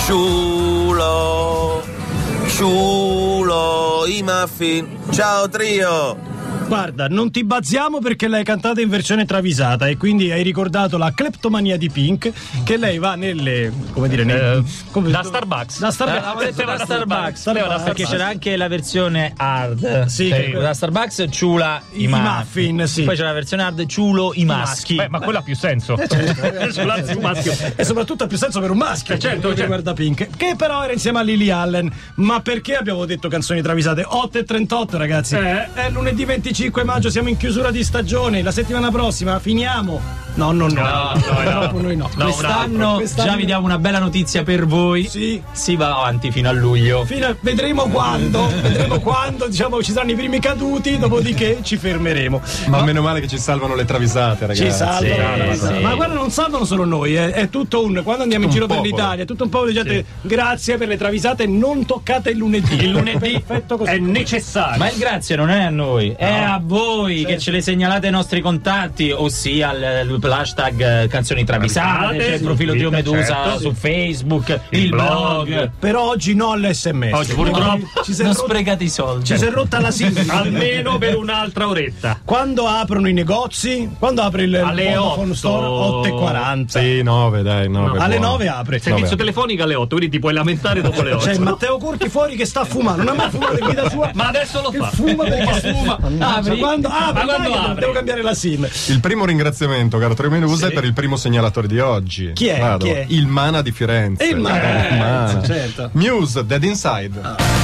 ciulo, i muffin. Ciao trio. Guarda, non ti bazziamo perché l'hai cantata in versione travisata e quindi hai ricordato la cleptomania di Pink, che lei va nelle, come dire, da Starbucks. Da Starbucks. Avevo detto da Starbucks, perché c'era anche la versione hard. Sì, da Starbucks ciula i muffin, sì. Poi c'è la versione hard ciulo i maschi. Beh, ma quella ha più senso. Un maschio. E soprattutto ha più senso per un maschio. Certo. Guarda Pink, che però era insieme a Lily Allen. Ma perché abbiamo detto canzoni travisate? 8:38, ragazzi. È lunedì 25 maggio, siamo in chiusura di stagione. La settimana prossima finiamo. No. Noi no. Quest'anno già vi diamo una bella notizia per voi. Sì. Si va avanti fino a luglio. Vedremo quando, diciamo, ci saranno i primi caduti, dopodiché ci fermeremo. Ma meno male che ci salvano le travisate, ragazzi. Ci salvano. Sì. Ma guarda, non salvano solo noi, è tutto quando andiamo in giro per l'Italia, è tutto un popolo di gente. Grazie per le travisate, non toccate il lunedì. Il lunedì è necessario. Ma il grazie non è a noi, è a voi che ce le segnalate ai nostri contatti, ossia l'hashtag canzoni travisate, c'è il profilo di Medusa su Facebook, il blog. Però oggi no all'SMS. Oggi purtroppo non sprecate i soldi. Ci si è rotta la SIM. almeno per un'altra oretta. Quando aprono i negozi? Quando apre il alle Vodafone Store? 8:40. Sì, 9, dai, 9. Alle 9 apre. Servizio telefonico alle 8, quindi ti puoi lamentare dopo le 8. C'è Matteo Curti fuori che sta fumando, non ha mai fumato in vita sua. Ma adesso lo fa. Fuma perché fuma. Quando apre, devo cambiare la SIM. Il primo ringraziamento, caro Trio Medusa, è per il primo segnalatore di oggi. Chi è? Chi è? Il Mana di Firenze. Il Mana. Certo. Muse, Dead Inside.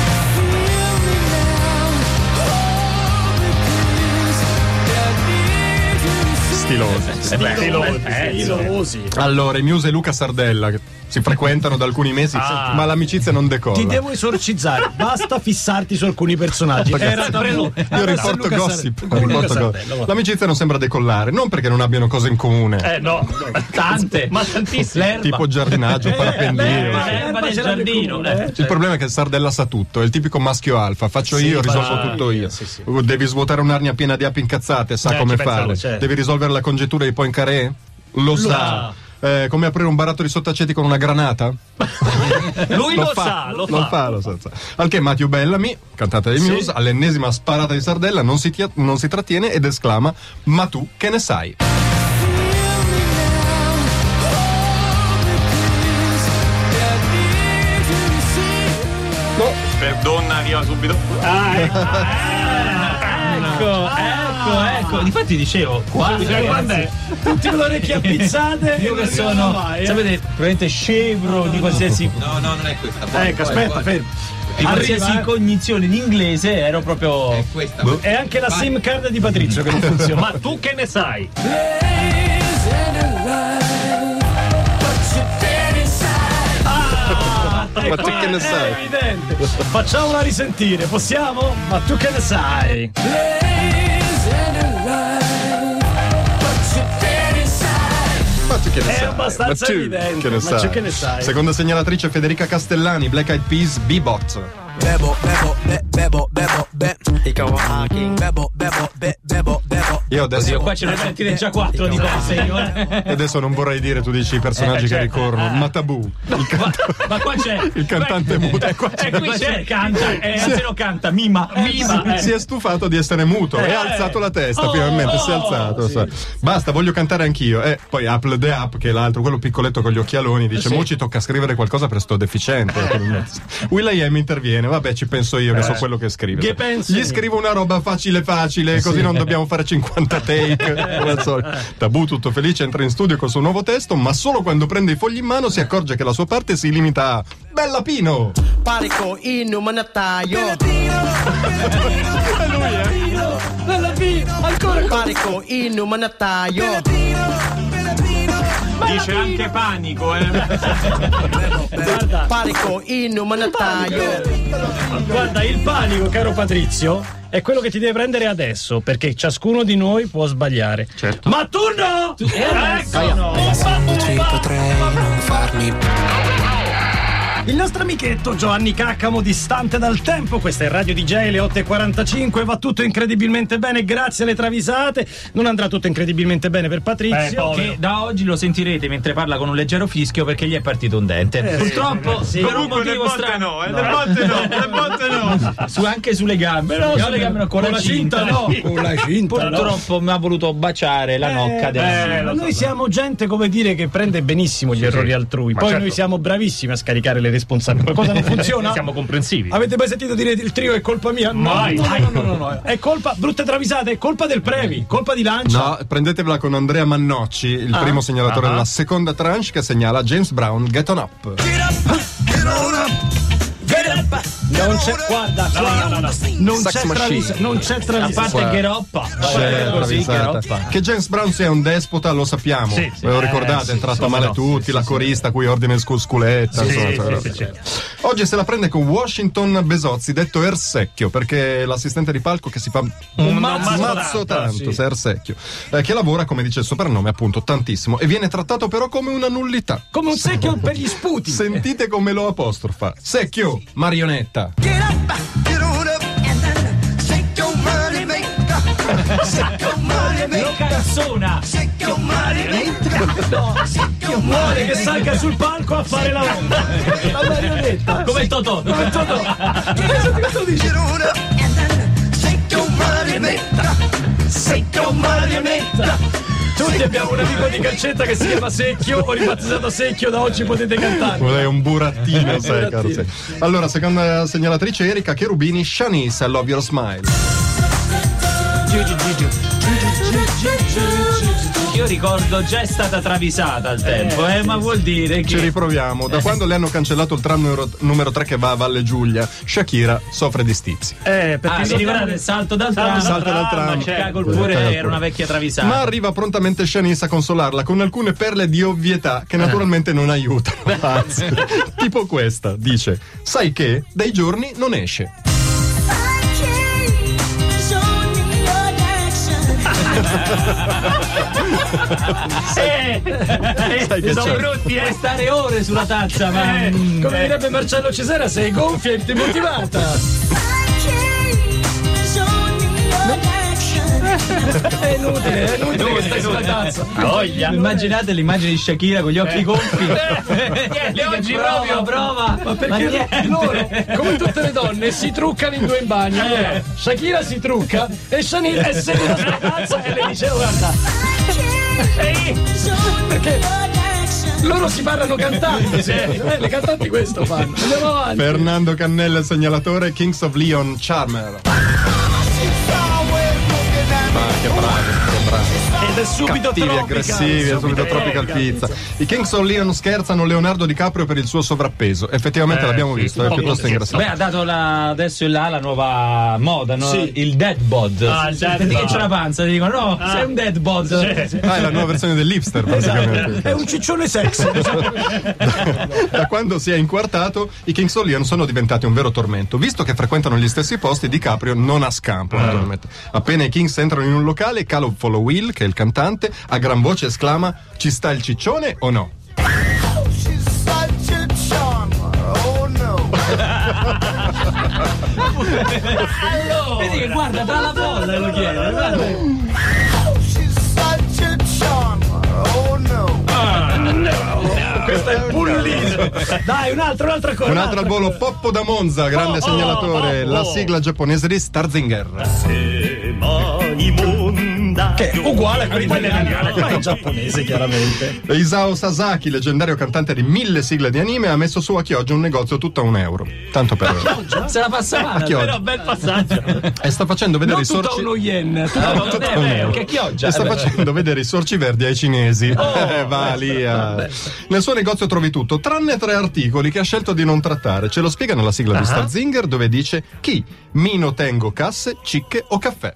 Stilosi. Allora, i Muse e Luca Sardella che si frequentano da alcuni mesi, ma l'amicizia non decolla. Ti devo esorcizzare, basta fissarti su alcuni personaggi. Io riporto gossip. L'amicizia non sembra decollare, non perché non abbiano cose in comune. No, tante, ma tantissime. Tipo giardinaggio, parapendio. L'erba del giardino. Il problema è che Sardella sa tutto, è il tipico maschio alfa, faccio io, risolvo tutto io. Devi svuotare un'arnia piena di api incazzate, sa come fare. Devi risolvere la congettura di Poincaré? Lo sa. Come aprire un baratto di sottaceti con una granata? Lui lo sa. Al che Matthew Bellamy, cantante dei Muse, all'ennesima sparata di Sardella non si trattiene ed esclama: ma tu che ne sai? Per donna arriva subito. Ecco. Difatti dicevo, quando è? Tutti con le orecchie appizzate. Io che sono, sapete, probabilmente scevro di qualsiasi. No, non è questa. Ecco, aspetta, fermo. Di qualsiasi cognizione in inglese ero proprio. È questa. È anche la SIM card di Patrizio che non funziona. Ma tu che ne sai? Ma tu che ne sai? È evidente. Facciamola risentire, possiamo? Ma tu che ne sai? Ma tu che ne È sai? abbastanza Ma tu evidente. che ne Tu che ne sai? Seconda segnalatrice Federica Castellani, Black Eyed Peas, Bebot. Io adesso Qua ce ne sentite già 4 di cose. e adesso non vorrei dire, tu dici i personaggi che ricorrono, ma Tabù, Ma qua c'è il cantante muto. qui c'è canta, anzi non canta, mima. Si è stufato di essere muto e ha alzato la testa, finalmente si è alzato. Basta, voglio cantare anch'io. Poi Apple the Up, che è l'altro, quello piccoletto con gli occhialoni, dice: mo ci tocca scrivere qualcosa per sto deficiente. Will.i.am interviene: vabbè, ci penso io che so quello che scrive. Che pensi? Gli scrivo una roba facile, così non dobbiamo fare 50 take. Tabù, tutto felice, entra in studio col suo nuovo testo, ma solo quando prende i fogli in mano si accorge che la sua parte si limita a Bella Pino. Parico in un manataio. È lui, Bella Pino, ancora Parico in un manataio. Dice anche panico, Guarda, Parico in un manataio. guarda, il panico, caro Patrizio, è quello che ti deve prendere adesso, perché ciascuno di noi può sbagliare. Certo. Ma tu no! Ecco, no! Potrei non farmi Il nostro amichetto Giovanni Caccamo, distante dal tempo. Questa è Radio DJ, le 8:45. Va tutto incredibilmente bene grazie alle travisate. Non andrà tutto incredibilmente bene per Patrizio, che da oggi lo sentirete mentre parla con un leggero fischio perché gli è partito un dente. Purtroppo per un motivo strano. Nel botte no. Anche sulle gambe, sulle gambe con la cinta no. Con la cinta purtroppo mi ha voluto baciare la nocca della noi siamo gente, come dire, che prende benissimo gli errori altrui. Poi noi siamo bravissimi a scaricare le responsabilità. Qualcosa non funziona? Siamo comprensivi. Avete mai sentito dire il trio è colpa mia? No. È colpa, brutte travisate, è colpa del Previ, colpa di Lancia. No, prendetevela con Andrea Mannocci, il primo segnalatore della seconda tranche, che segnala James Brown, Get On Up. Non c'è, guarda, non c'è travisata. A parte Gheroppa. Che James Brown sia un despota lo sappiamo. Ve lo ricordate? Tratta male tutti, la corista cui ordina il sculetta. Oggi se la prende con Washington Besozzi, detto Ersecchio, perché l'assistente di palco che si fa un mazzo tanto, se Ersecchio, che lavora, come dice il soprannome, appunto tantissimo, e viene trattato però come una nullità, come un secchio per gli sputi. Sentite come lo apostrofa: secchio, marionetta. Get up, get on up, and then shake your money maker. Shake your money maker. Lo canzona. Shake your money maker. Shake your money Che salga sul palco a fare la marionetta. Come Totò. Che cosa dici? Get on up, and then shake your money maker. Shake your money maker. Tutti abbiamo un amico di Calcetta che si chiama Secchio, ho ribattezzato Secchio, da oggi potete cantare. Quello è un burattino, sai, caro. Allora, seconda segnalatrice Erika Cherubini, Shanice, I Love Your Smile. Io ricordo già è stata travisata al tempo, ma vuol dire che ci riproviamo. Da quando le hanno cancellato il tram numero 3 che va a Valle Giulia, Shakira soffre di stipsi. Perché si ricordate il salto dal tram? Salto dal tram. Cagol pure era una vecchia travisata. Ma arriva prontamente Shanice a consolarla con alcune perle di ovvietà che naturalmente non aiutano. Anzi, tipo questa, dice: sai che dai giorni non esce. Sono brutti, stare ore sulla tazza, ma come direbbe Marcello Cesera, sei gonfia e demotivata. È inutile che stai sulla tazza. Immaginate l'immagine di Shakira con gli occhi gonfi. E oggi proprio prova. Ma perché loro, come tutte le donne, si truccano in due in bagno. Shakira si trucca e Shanice è seduta sulla tazza e le dice: guarda, perché loro si parlano cantando. Le cantanti questo fanno. Andiamo avanti. Fernando Cannella, segnalatore, Kings of Leon, Charmer. Che bravi. Ed è subito cattivi, tropical, aggressivi, è subito Tropical Pizza. I Kings of Leon scherzano Leonardo DiCaprio per il suo sovrappeso. Effettivamente l'abbiamo visto, è piuttosto ingrassato. Beh, ha dato adesso in là la nuova moda, no? Sì. Il dead bod. Perché c'è la panza, ti dicono no, sei un dead bod. È la nuova versione dell'hipster, praticamente. È un ciccione sexy. Da quando si è inquartato, i Kings of Leon sono diventati un vero tormento. Visto che frequentano gli stessi posti, DiCaprio non ha scampo, naturalmente. Appena i Kings entrano in un locale, Caleb Follow Will, che è il cantante, a gran voce esclama: ci sta il ciccione o no? Vedi che guarda tra la folla lo chiede. Questo è pullito. Dai, un'altra cosa. Un'altra al volo, Poppo da Monza, grande segnalatore, la sigla giapponese di Starzinger. Che è uguale a quelli italiani, ma è giapponese chiaramente. Isao Sasaki, leggendario cantante di 1000 sigle di anime, ha messo su a Chioggia un negozio tutto a €1. Tanto per se la passa male, però bel passaggio. E sta facendo vedere non i sorci. Tutto uno yen. Che Chioggia. E sta facendo vedere i sorci verdi ai cinesi. Va lì nel suo negozio trovi tutto, tranne 3 articoli che ha scelto di non trattare. Ce lo spiega nella sigla di Starzinger, dove dice: chi? Mino tengo casse, cicche o caffè?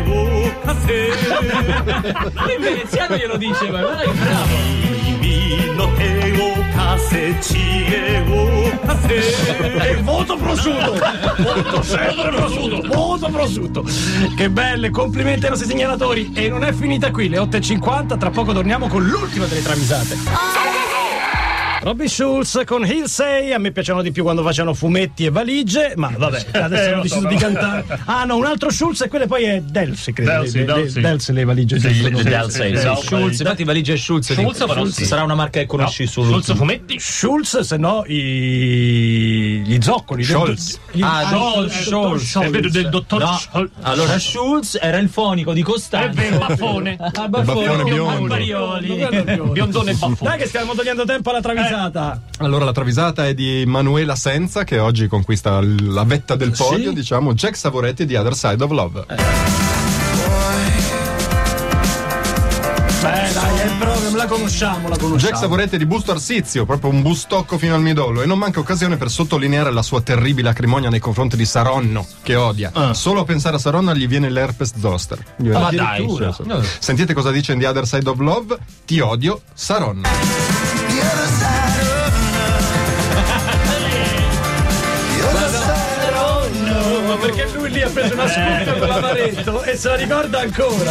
In veneziano glielo dice, ma dai, bravo. の手を貸せ知恵を貸せ E voto prosciutto! Voto sempre prosciutto! Voto prosciutto! Che belle, complimenti ai nostri segnalatori! E non è finita qui, le 8.50, tra poco torniamo con l'ultima delle travisate. Robbie Schulz con Hillsay, a me piacciono di più quando facevano fumetti e valigie, ma vabbè, adesso ho deciso di cantare. Ah no, un altro Schulz e quelle poi è Delsi, credo. Delsi le valigie. Schulz, infatti valigie Schulz. Schulz sarà una marca che conosci su Schulz fumetti? Schulz, se no gli zoccoli. Scholz. Scholz. Vedo del dottor Scholz. Allora Schulz era il fonico di Costanzo. È vero, baffone. Baffone biondo. Biondone e baffone. Dai che stiamo togliendo tempo alla travisata. Allora la travisata è di Manuela Senza, che oggi conquista la vetta del podio, diciamo, Jack Savoretti di Other Side of Love. Dai, è proprio, la conosciamo. Jack Savoretti di Busto Arsizio, proprio un bustocco fino al midollo, e non manca occasione per sottolineare la sua terribile acrimonia nei confronti di Saronno, che odia. Solo a pensare a Saronno gli viene l'herpes zoster. Ma dai, sentite cosa dice in The Other Side of Love: ti odio, Saronno. Perché lui lì ha preso una scooter con l'avaretto e se la ricorda ancora.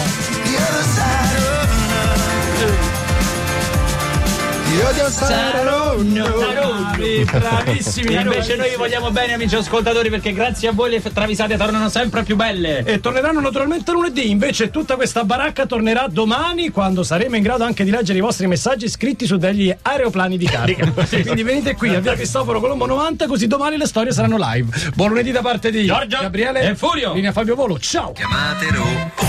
Bravissimi. Invece noi vi vogliamo bene, amici ascoltatori, perché grazie a voi le travisate tornano sempre più belle. E torneranno naturalmente lunedì. Invece tutta questa baracca tornerà domani, quando saremo in grado anche di leggere i vostri messaggi scritti su degli aeroplani di carta. Quindi venite qui a via Cristoforo Colombo 90, così domani le storie saranno live. Buon lunedì da parte di Giorgio, Gabriele e Furio. Linea Fabio Volo. Ciao. Chiamatelo